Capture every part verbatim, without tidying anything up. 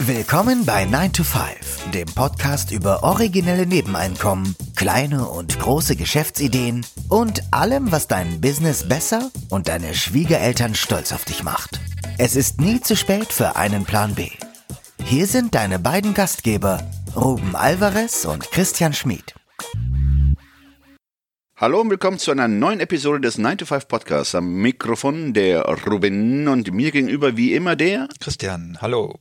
Willkommen bei nine to five, dem Podcast über originelle Nebeneinkommen, kleine und große Geschäftsideen und allem, was dein Business besser und deine Schwiegereltern stolz auf dich macht. Es ist nie zu spät für einen Plan B. Hier sind deine beiden Gastgeber, Ruben Alvarez und Christian Schmid. Hallo und willkommen zu einer neuen Episode des nine to five Podcasts. Am Mikrofon der Ruben und mir gegenüber wie immer der Christian. Hallo.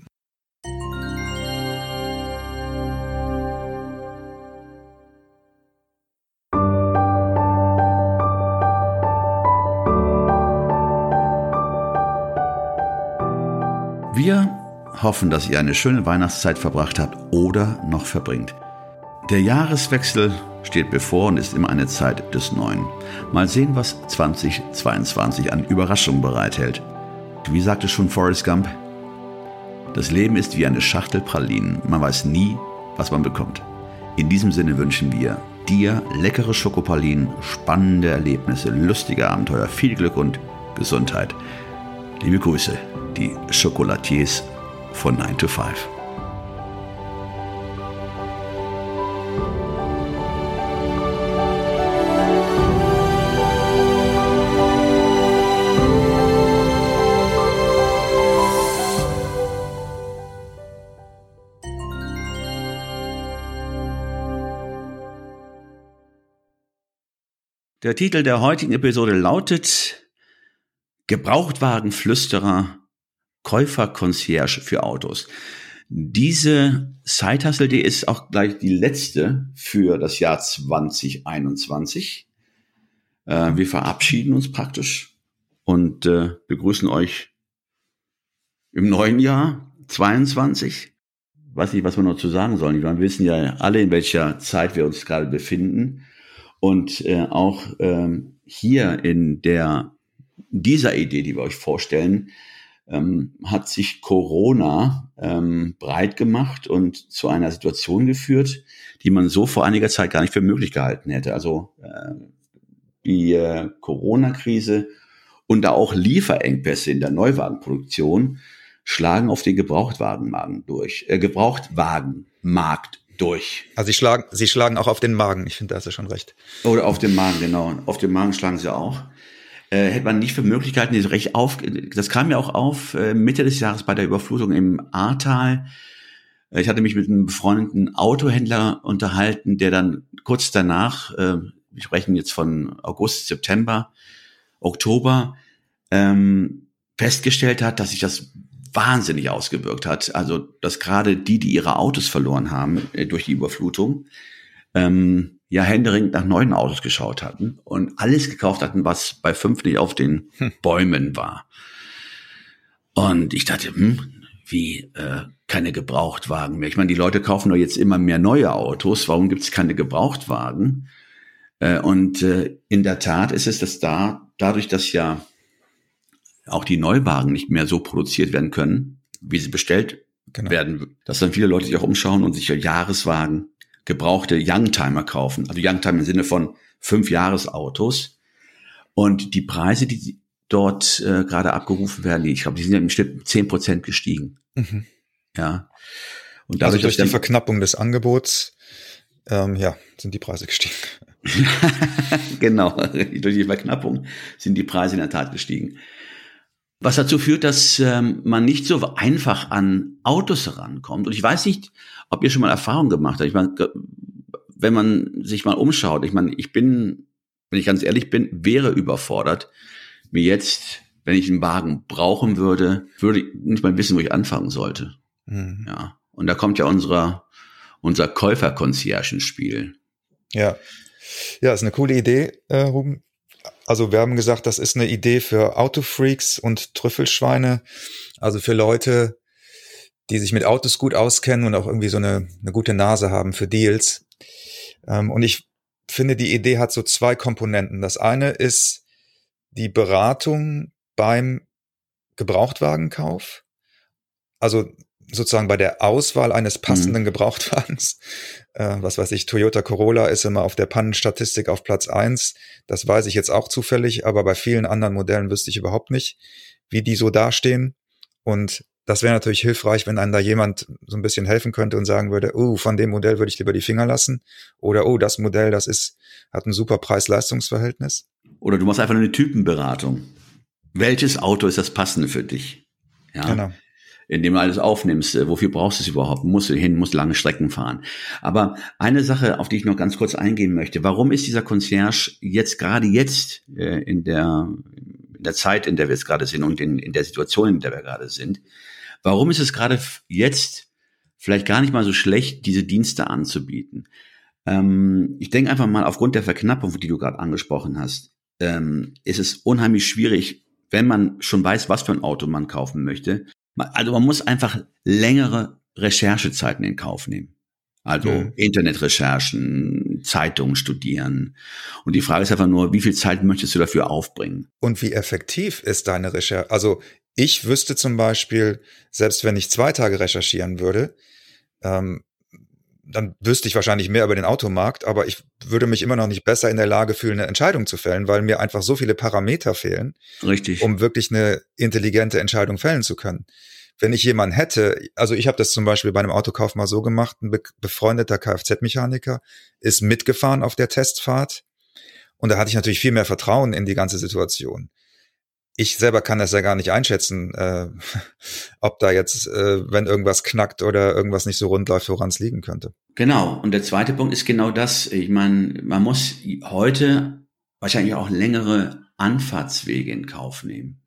Wir hoffen, dass ihr eine schöne Weihnachtszeit verbracht habt oder noch verbringt. Der Jahreswechsel steht bevor und ist immer eine Zeit des Neuen. Mal sehen, was zwanzig zweiundzwanzig an Überraschungen bereithält. Wie sagte schon Forrest Gump, das Leben ist wie eine Schachtel Pralinen. Man weiß nie, was man bekommt. In diesem Sinne wünschen wir dir leckere Schokopralinen, spannende Erlebnisse, lustige Abenteuer, viel Glück und Gesundheit. Liebe Grüße, die Chocolatiers von nine to five. Der Titel der heutigen Episode lautet Gebrauchtwagenflüsterer, Käuferconcierge für Autos. Diese Side-Hustle.de ist auch gleich die letzte für das Jahr zwanzig einundzwanzig. Äh, wir verabschieden uns praktisch und äh, begrüßen euch im neuen Jahr zweiundzwanzig. Weiß nicht, was wir noch zu sagen sollen. Wir wissen ja alle, in welcher Zeit wir uns gerade befinden. Und äh, auch ähm, hier in der dieser Idee, die wir euch vorstellen, ähm, hat sich Corona ähm, breit gemacht und zu einer Situation geführt, die man so vor einiger Zeit gar nicht für möglich gehalten hätte. Also äh, die äh, Corona-Krise und da auch Lieferengpässe in der Neuwagenproduktion schlagen auf den Gebrauchtwagenmarkt durch. Äh, Gebrauchtwagenmarkt durch. Also sie schlagen, sie schlagen auch auf den Magen. Ich finde, da hast du schon recht. Oder auf den Magen, genau. Auf den Magen schlagen sie auch. Äh, hätte man nicht für Möglichkeiten, die so recht auf, das kam ja auch auf äh, Mitte des Jahres bei der Überflutung im Ahrtal. Äh, ich hatte mich mit einem befreundeten Autohändler unterhalten, der dann kurz danach, äh, wir sprechen jetzt von August, September, Oktober, ähm, festgestellt hat, dass sich das wahnsinnig ausgewirkt hat. Also, dass gerade die, die ihre Autos verloren haben äh, durch die Überflutung, ähm, ja händeringend nach neuen Autos geschaut hatten und alles gekauft hatten, was bei fünf nicht auf den hm. Bäumen war. Und ich dachte, hm, wie äh, keine Gebrauchtwagen mehr. Ich meine, die Leute kaufen doch jetzt immer mehr neue Autos. Warum gibt es keine Gebrauchtwagen? Äh, und äh, in der Tat ist es, dass da dadurch, dass ja auch die Neuwagen nicht mehr so produziert werden können, wie sie bestellt genau. werden, dass dann viele Leute sich auch umschauen und sich ja Jahreswagen, gebrauchte Youngtimer kaufen. Also Youngtimer im Sinne von fünf Jahresautos. Und die Preise, die dort äh, gerade abgerufen werden, die, ich glaube, die sind ja im Schnitt zehn Prozent gestiegen. Mhm. Ja. Und dadurch, also durch die Verknappung des Angebots, ähm, ja, sind die Preise gestiegen. Genau. Durch die Verknappung sind die Preise in der Tat gestiegen. Was dazu führt, dass ähm, man nicht so einfach an Autos herankommt. Und ich weiß nicht, ob ihr schon mal Erfahrung gemacht habt. Ich meine, wenn man sich mal umschaut, ich meine, ich bin, wenn ich ganz ehrlich bin, wäre überfordert, mir jetzt, wenn ich einen Wagen brauchen würde, würde ich nicht mal wissen, wo ich anfangen sollte. Mhm. Ja. Und da kommt ja unser, unser Käufer-Concierge ins Spiel. Ja. Ja, ist eine coole Idee, äh, Ruben. Also wir haben gesagt, das ist eine Idee für Autofreaks und Trüffelschweine, also für Leute, die sich mit Autos gut auskennen und auch irgendwie so eine, eine gute Nase haben für Deals. Ähm, und ich finde, die Idee hat so zwei Komponenten. Das eine ist die Beratung beim Gebrauchtwagenkauf, also sozusagen bei der Auswahl eines passenden mhm. Gebrauchtwagens. Äh, was weiß ich, Toyota Corolla ist immer auf der Pannenstatistik auf Platz eins. Das weiß ich jetzt auch zufällig, aber bei vielen anderen Modellen wüsste ich überhaupt nicht, wie die so dastehen. Und das wäre natürlich hilfreich, wenn einem da jemand so ein bisschen helfen könnte und sagen würde, oh, von dem Modell würde ich lieber die Finger lassen. Oder, oh, das Modell, das ist, hat ein super Preis-Leistungs-Verhältnis. Oder du machst einfach nur eine Typenberatung. Welches Auto ist das passende für dich? Ja. Genau. Indem du alles aufnimmst, wofür brauchst du es überhaupt? Musst du hin, musst lange Strecken fahren. Aber eine Sache, auf die ich noch ganz kurz eingehen möchte. Warum ist dieser Concierge jetzt, gerade jetzt, äh, in der, in der Zeit, in der wir jetzt gerade sind und in, in der Situation, in der wir gerade sind, warum ist es gerade jetzt vielleicht gar nicht mal so schlecht, diese Dienste anzubieten? Ähm, ich denke einfach mal, aufgrund der Verknappung, die du gerade angesprochen hast, ähm, ist es unheimlich schwierig, wenn man schon weiß, was für ein Auto man kaufen möchte. Also man muss einfach längere Recherchezeiten in Kauf nehmen. Also mhm. Internetrecherchen, Zeitungen studieren. Und die Frage ist einfach nur, wie viel Zeit möchtest du dafür aufbringen? Und wie effektiv ist deine Recherche? Also ich wüsste zum Beispiel, selbst wenn ich zwei Tage recherchieren würde, ähm, dann wüsste ich wahrscheinlich mehr über den Automarkt, aber ich würde mich immer noch nicht besser in der Lage fühlen, eine Entscheidung zu fällen, weil mir einfach so viele Parameter fehlen, Richtig, um wirklich eine intelligente Entscheidung fällen zu können. Wenn ich jemanden hätte, also ich habe das zum Beispiel bei einem Autokauf mal so gemacht, ein be- befreundeter Kfz-Mechaniker ist mitgefahren auf der Testfahrt und da hatte ich natürlich viel mehr Vertrauen in die ganze Situation. Ich selber kann das ja gar nicht einschätzen, äh, ob da jetzt, äh, wenn irgendwas knackt oder irgendwas nicht so rund läuft, woran es liegen könnte. genau. Und der zweite Punkt ist genau das. Ich meine, man muss heute wahrscheinlich auch längere Anfahrtswege in Kauf nehmen,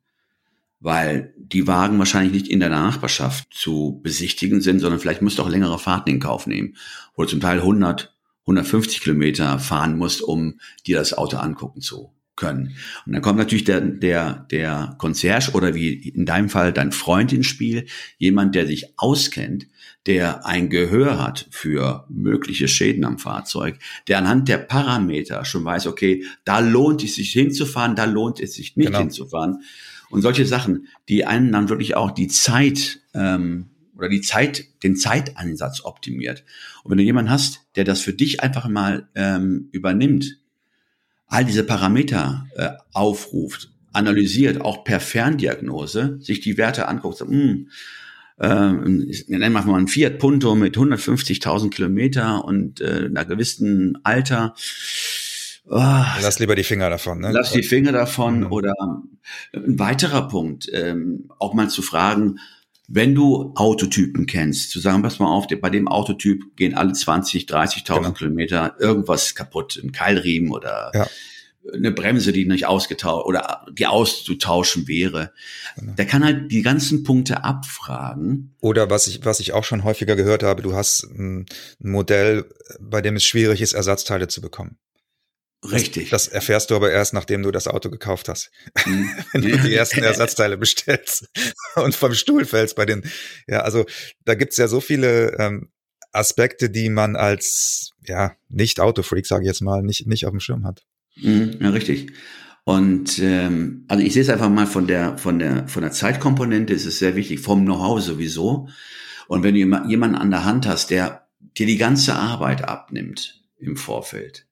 weil die Wagen wahrscheinlich nicht in der Nachbarschaft zu besichtigen sind, sondern vielleicht musst du auch längere Fahrten in Kauf nehmen, wo du zum Teil hundert, hundertfünfzig Kilometer fahren musst, um dir das Auto angucken zu können. Und dann kommt natürlich der, der, der Concierge oder wie in deinem Fall dein Freund ins Spiel, jemand, der sich auskennt, der ein Gehör hat für mögliche Schäden am Fahrzeug, der anhand der Parameter schon weiß, okay, da lohnt es sich hinzufahren, da lohnt es sich nicht genau. hinzufahren. Und solche Sachen, die einen dann wirklich auch die Zeit ähm, oder die Zeit, den Zeiteinsatz optimiert. Und wenn du jemanden hast, der das für dich einfach mal ähm, übernimmt, all diese Parameter äh, aufruft, analysiert, auch per Ferndiagnose, sich die Werte anguckt, sagt, mh, äh, nennen wir mal einen Fiat Punto mit hundertfünfzigtausend Kilometer und äh, einer gewissen Alter. Oh, lass lieber die Finger davon. Ne? Lass die Finger davon. Mhm. Oder ein weiterer Punkt, ähm, auch mal zu fragen, wenn du Autotypen kennst, zu sagen, pass mal auf, bei dem Autotyp gehen alle zwanzig, dreißigtausend genau. Kilometer irgendwas kaputt, ein Keilriemen oder ja. eine Bremse, die nicht ausgetauscht oder die auszutauschen wäre. Genau. Der kann halt die ganzen Punkte abfragen. Oder was ich, was ich auch schon häufiger gehört habe, du hast ein, ein Modell, bei dem es schwierig ist, Ersatzteile zu bekommen. Richtig. Das, das erfährst du aber erst, nachdem du das Auto gekauft hast. Mhm. Wenn du die ersten Ersatzteile bestellst und vom Stuhl fällst bei den, ja, also da gibt's ja so viele ähm, Aspekte, die man als, ja, Nicht-Autofreak, sage ich jetzt mal, nicht, nicht auf dem Schirm hat. Mhm, ja, richtig. Und ähm, also ich sehe es einfach mal von der, von der, von der Zeitkomponente ist es sehr wichtig, vom Know-how sowieso. Und wenn du jemanden an der Hand hast, der dir die ganze Arbeit abnimmt im Vorfeld,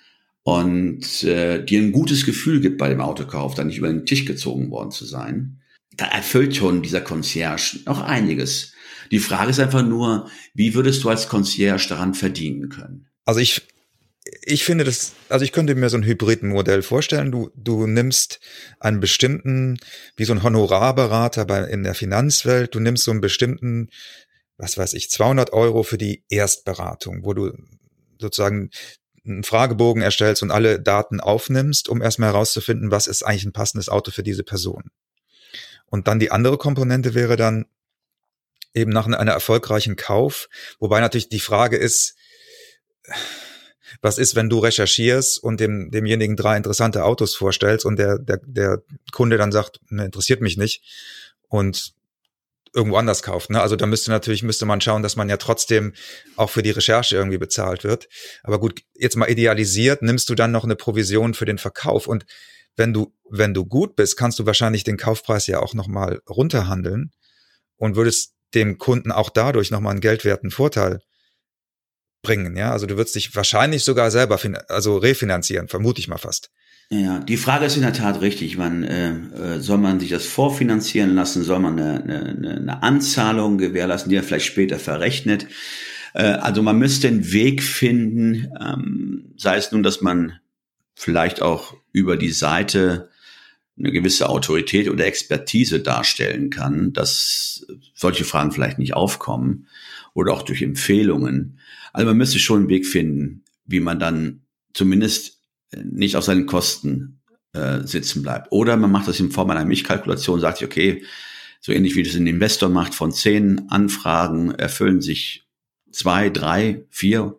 und äh, dir ein gutes Gefühl gibt bei dem Autokauf, da nicht über den Tisch gezogen worden zu sein, da erfüllt schon dieser Concierge noch einiges. Die Frage ist einfach nur, wie würdest du als Concierge daran verdienen können? Also ich ich finde das, also ich könnte mir so ein Hybridmodell vorstellen. Du du nimmst einen bestimmten, wie so ein Honorarberater bei in der Finanzwelt, du nimmst so einen bestimmten, was weiß ich, zweihundert Euro für die Erstberatung, wo du sozusagen einen Fragebogen erstellst und alle Daten aufnimmst, um erstmal herauszufinden, was ist eigentlich ein passendes Auto für diese Person. Und dann die andere Komponente wäre dann eben nach einer erfolgreichen Kauf, wobei natürlich die Frage ist, was ist, wenn du recherchierst und dem demjenigen drei interessante Autos vorstellst und der der der Kunde dann sagt, ne, interessiert mich nicht und irgendwo anders kauft, ne? Also da müsste natürlich, müsste man schauen, dass man ja trotzdem auch für die Recherche irgendwie bezahlt wird. Aber gut, jetzt mal idealisiert, nimmst du dann noch eine Provision für den Verkauf. Und wenn du, wenn du gut bist, kannst du wahrscheinlich den Kaufpreis ja auch nochmal runterhandeln und würdest dem Kunden auch dadurch nochmal einen geldwerten Vorteil bringen, ja? Also du würdest dich wahrscheinlich sogar selber, fin- also refinanzieren, vermute ich mal fast. Ja, die Frage ist in der Tat richtig. Man, äh, soll man sich das vorfinanzieren lassen? Soll man eine, eine, eine Anzahlung gewährleisten, die er vielleicht später verrechnet? Äh, also man müsste einen Weg finden, ähm, sei es nun, dass man vielleicht auch über die Seite eine gewisse Autorität oder Expertise darstellen kann, dass solche Fragen vielleicht nicht aufkommen oder auch durch Empfehlungen. Also man müsste schon einen Weg finden, wie man dann zumindest nicht auf seinen Kosten äh, sitzen bleibt. Oder man macht das in Form einer Mischkalkulation, sagt sich, okay, so ähnlich wie das ein Investor macht, von zehn Anfragen erfüllen sich zwei, drei, vier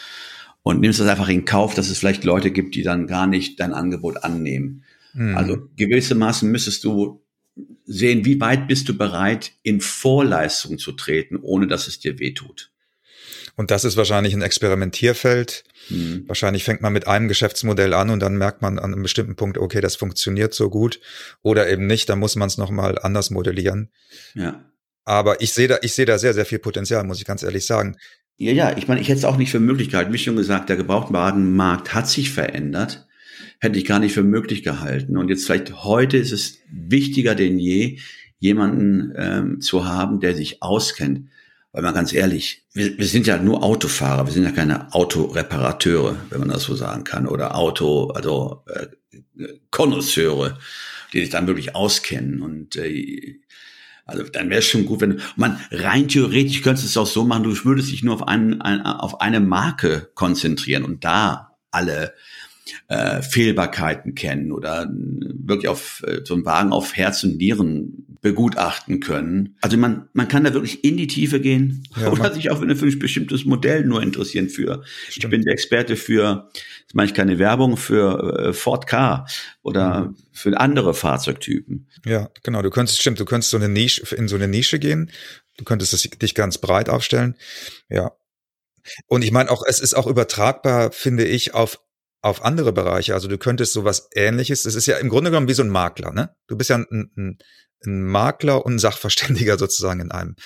und nimmst das einfach in Kauf, dass es vielleicht Leute gibt, die dann gar nicht dein Angebot annehmen. Mhm. Also gewissermaßen müsstest du sehen, wie weit bist du bereit, in Vorleistung zu treten, ohne dass es dir wehtut. Und das ist wahrscheinlich ein Experimentierfeld. Mhm. Wahrscheinlich fängt man mit einem Geschäftsmodell an und dann merkt man an einem bestimmten Punkt, okay, das funktioniert so gut oder eben nicht, dann muss man es nochmal anders modellieren. Ja. Aber ich sehe da, ich sehe da sehr, sehr viel Potenzial, muss ich ganz ehrlich sagen. Ja, ja, ich meine, ich hätte es auch nicht für möglich gehalten. Wie schon gesagt, der Gebrauchtwagenmarkt hat sich verändert. Hätte ich gar nicht für möglich gehalten. Und jetzt vielleicht heute ist es wichtiger denn je, jemanden ähm, zu haben, der sich auskennt. Weil man ganz ehrlich, wir, wir sind ja nur Autofahrer, wir sind ja keine Autoreparateure, wenn man das so sagen kann, oder Auto, also äh, Konnoisseure, die sich dann wirklich auskennen. Und äh, also dann wäre es schon gut, wenn man rein theoretisch könntest es auch so machen, du würdest dich nur auf einen, ein, auf eine Marke konzentrieren und da alle äh, Fehlbarkeiten kennen oder wirklich auf äh, so einen Wagen auf Herz und Nieren begutachten können. Also man man kann da wirklich in die Tiefe gehen ja, oder sich auch für ein bestimmtes Modell nur interessieren für. Stimmt. Ich bin der Experte für, jetzt mache ich keine Werbung, für äh, Ford Ka oder mhm. für andere Fahrzeugtypen. Ja, genau. Du könntest, stimmt, du könntest so eine Nische, in so eine Nische gehen. Du könntest das, dich ganz breit aufstellen. Ja. Und ich meine auch, es ist auch übertragbar, finde ich, auf auf andere Bereiche. Also du könntest sowas Ähnliches, das ist ja im Grunde genommen wie so ein Makler, ne? Du bist ja ein, ein, ein Makler und ein Sachverständiger sozusagen in einem.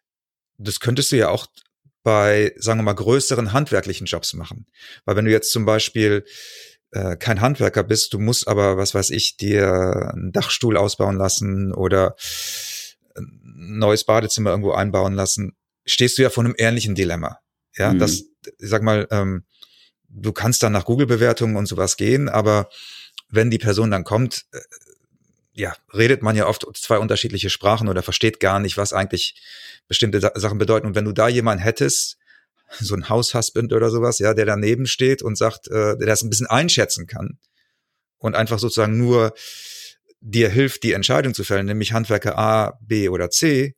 Das könntest du ja auch bei, sagen wir mal, größeren handwerklichen Jobs machen. Weil wenn du jetzt zum Beispiel äh, kein Handwerker bist, du musst aber, was weiß ich, dir einen Dachstuhl ausbauen lassen oder ein neues Badezimmer irgendwo einbauen lassen, stehst du ja vor einem ähnlichen Dilemma. Ja, mhm. das, ich sag mal, ähm, du kannst dann nach Google-Bewertungen und sowas gehen, aber wenn die Person dann kommt, äh, ja, redet man ja oft zwei unterschiedliche Sprachen oder versteht gar nicht, was eigentlich bestimmte Sa- Sachen bedeuten. Und wenn du da jemanden hättest, so ein Haushusband oder sowas, ja, der daneben steht und sagt, äh, der das ein bisschen einschätzen kann und einfach sozusagen nur dir hilft, die Entscheidung zu fällen, nämlich Handwerker A, B oder C,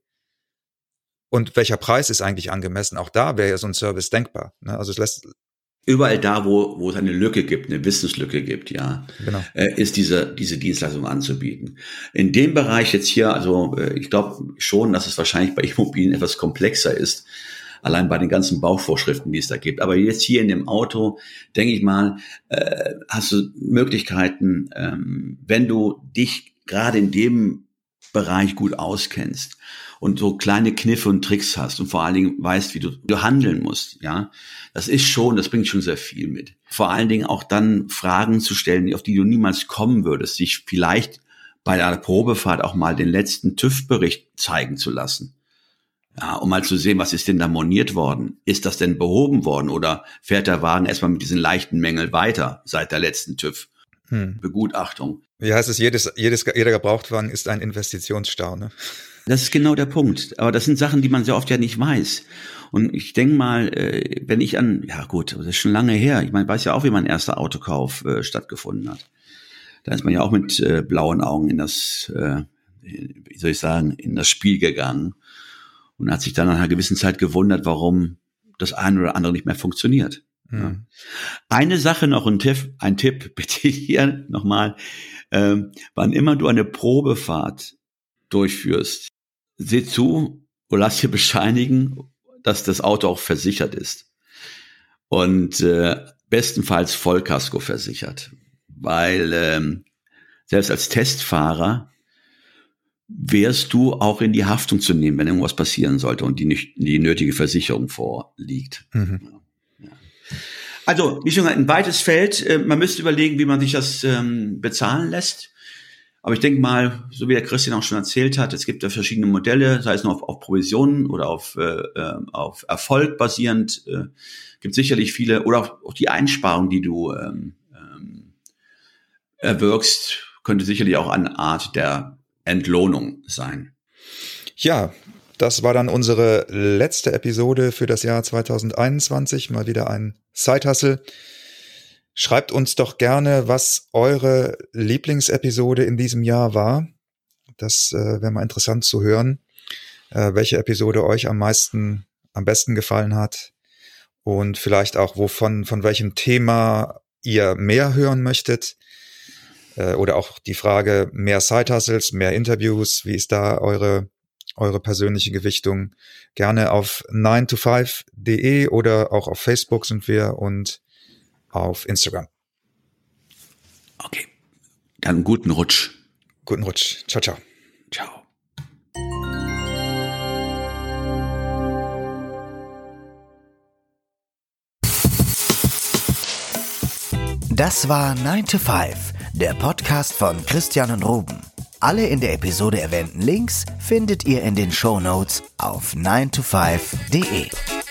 und welcher Preis ist eigentlich angemessen, auch da wäre ja so ein Service denkbar. Ne? Also es lässt Überall da, wo, wo es eine Lücke gibt, eine Wissenslücke gibt, ja, genau. äh, ist diese, diese Dienstleistung anzubieten. In dem Bereich jetzt hier, also äh, ich glaube schon, dass es wahrscheinlich bei Immobilien etwas komplexer ist, allein bei den ganzen Bauvorschriften, die es da gibt. Aber jetzt hier in dem Auto, denke ich mal, äh, hast du Möglichkeiten, ähm, wenn du dich gerade in dem Bereich gut auskennst und so kleine Kniffe und Tricks hast und vor allen Dingen weißt, wie du, wie du handeln musst, ja, das ist schon, das bringt schon sehr viel mit. Vor allen Dingen auch dann Fragen zu stellen, auf die du niemals kommen würdest, sich vielleicht bei einer Probefahrt auch mal den letzten TÜV-Bericht zeigen zu lassen. Ja, um mal zu sehen, was ist denn da moniert worden? Ist das denn behoben worden oder fährt der Wagen erstmal mit diesen leichten Mängeln weiter seit der letzten TÜV-Begutachtung? Hm. Wie heißt es, jedes, jedes, jeder Gebrauchtwagen ist ein Investitionsstau, ne? Das ist genau der Punkt. Aber das sind Sachen, die man sehr oft ja nicht weiß. Und ich denke mal, wenn ich an, ja gut, das ist schon lange her. Ich meine, weiß ja auch, wie mein erster Autokauf äh, stattgefunden hat. Da ist man ja auch mit äh, blauen Augen in das, äh, wie soll ich sagen, in das Spiel gegangen und hat sich dann nach einer gewissen Zeit gewundert, warum das eine oder andere nicht mehr funktioniert. Mhm. Ja. Eine Sache noch, ein Tipp, ein Tipp bitte hier nochmal, äh, wann immer du eine Probefahrt durchführst, sieh zu oder lass dir bescheinigen, dass das Auto auch versichert ist. Und äh, bestenfalls Vollkasko versichert. Weil ähm, selbst als Testfahrer wärst du auch in die Haftung zu nehmen, wenn irgendwas passieren sollte und die, nicht, die nötige Versicherung vorliegt. Mhm. Ja. Also, wie schon gesagt, ein weites Feld. Man müsste überlegen, wie man sich das ähm, bezahlen lässt. Aber ich denke mal, so wie der Christian auch schon erzählt hat, es gibt ja verschiedene Modelle, sei es nur auf, auf Provisionen oder auf, äh, auf Erfolg basierend. Äh, gibt sicherlich viele, oder auch, auch die Einsparung, die du ähm, ähm, erwirkst, könnte sicherlich auch eine Art der Entlohnung sein. Ja, das war dann unsere letzte Episode für das Jahr zwanzig einundzwanzig. Mal wieder ein Side-Hustle. Schreibt uns doch gerne, was eure Lieblingsepisode in diesem Jahr war. Das äh, wäre mal interessant zu hören, äh, welche Episode euch am meisten, am besten gefallen hat und vielleicht auch, wovon, von welchem Thema ihr mehr hören möchtet. Äh, oder auch die Frage, mehr Side-Hustles, mehr Interviews. Wie ist da eure, eure persönliche Gewichtung? Gerne auf nine to five punkt de oder auch auf Facebook sind wir und auf Instagram. Okay, dann guten Rutsch. Guten Rutsch. Ciao, ciao. Ciao. Das war nine to five, der Podcast von Christian und Ruben. Alle in der Episode erwähnten Links findet ihr in den Shownotes auf nine to five punkt de.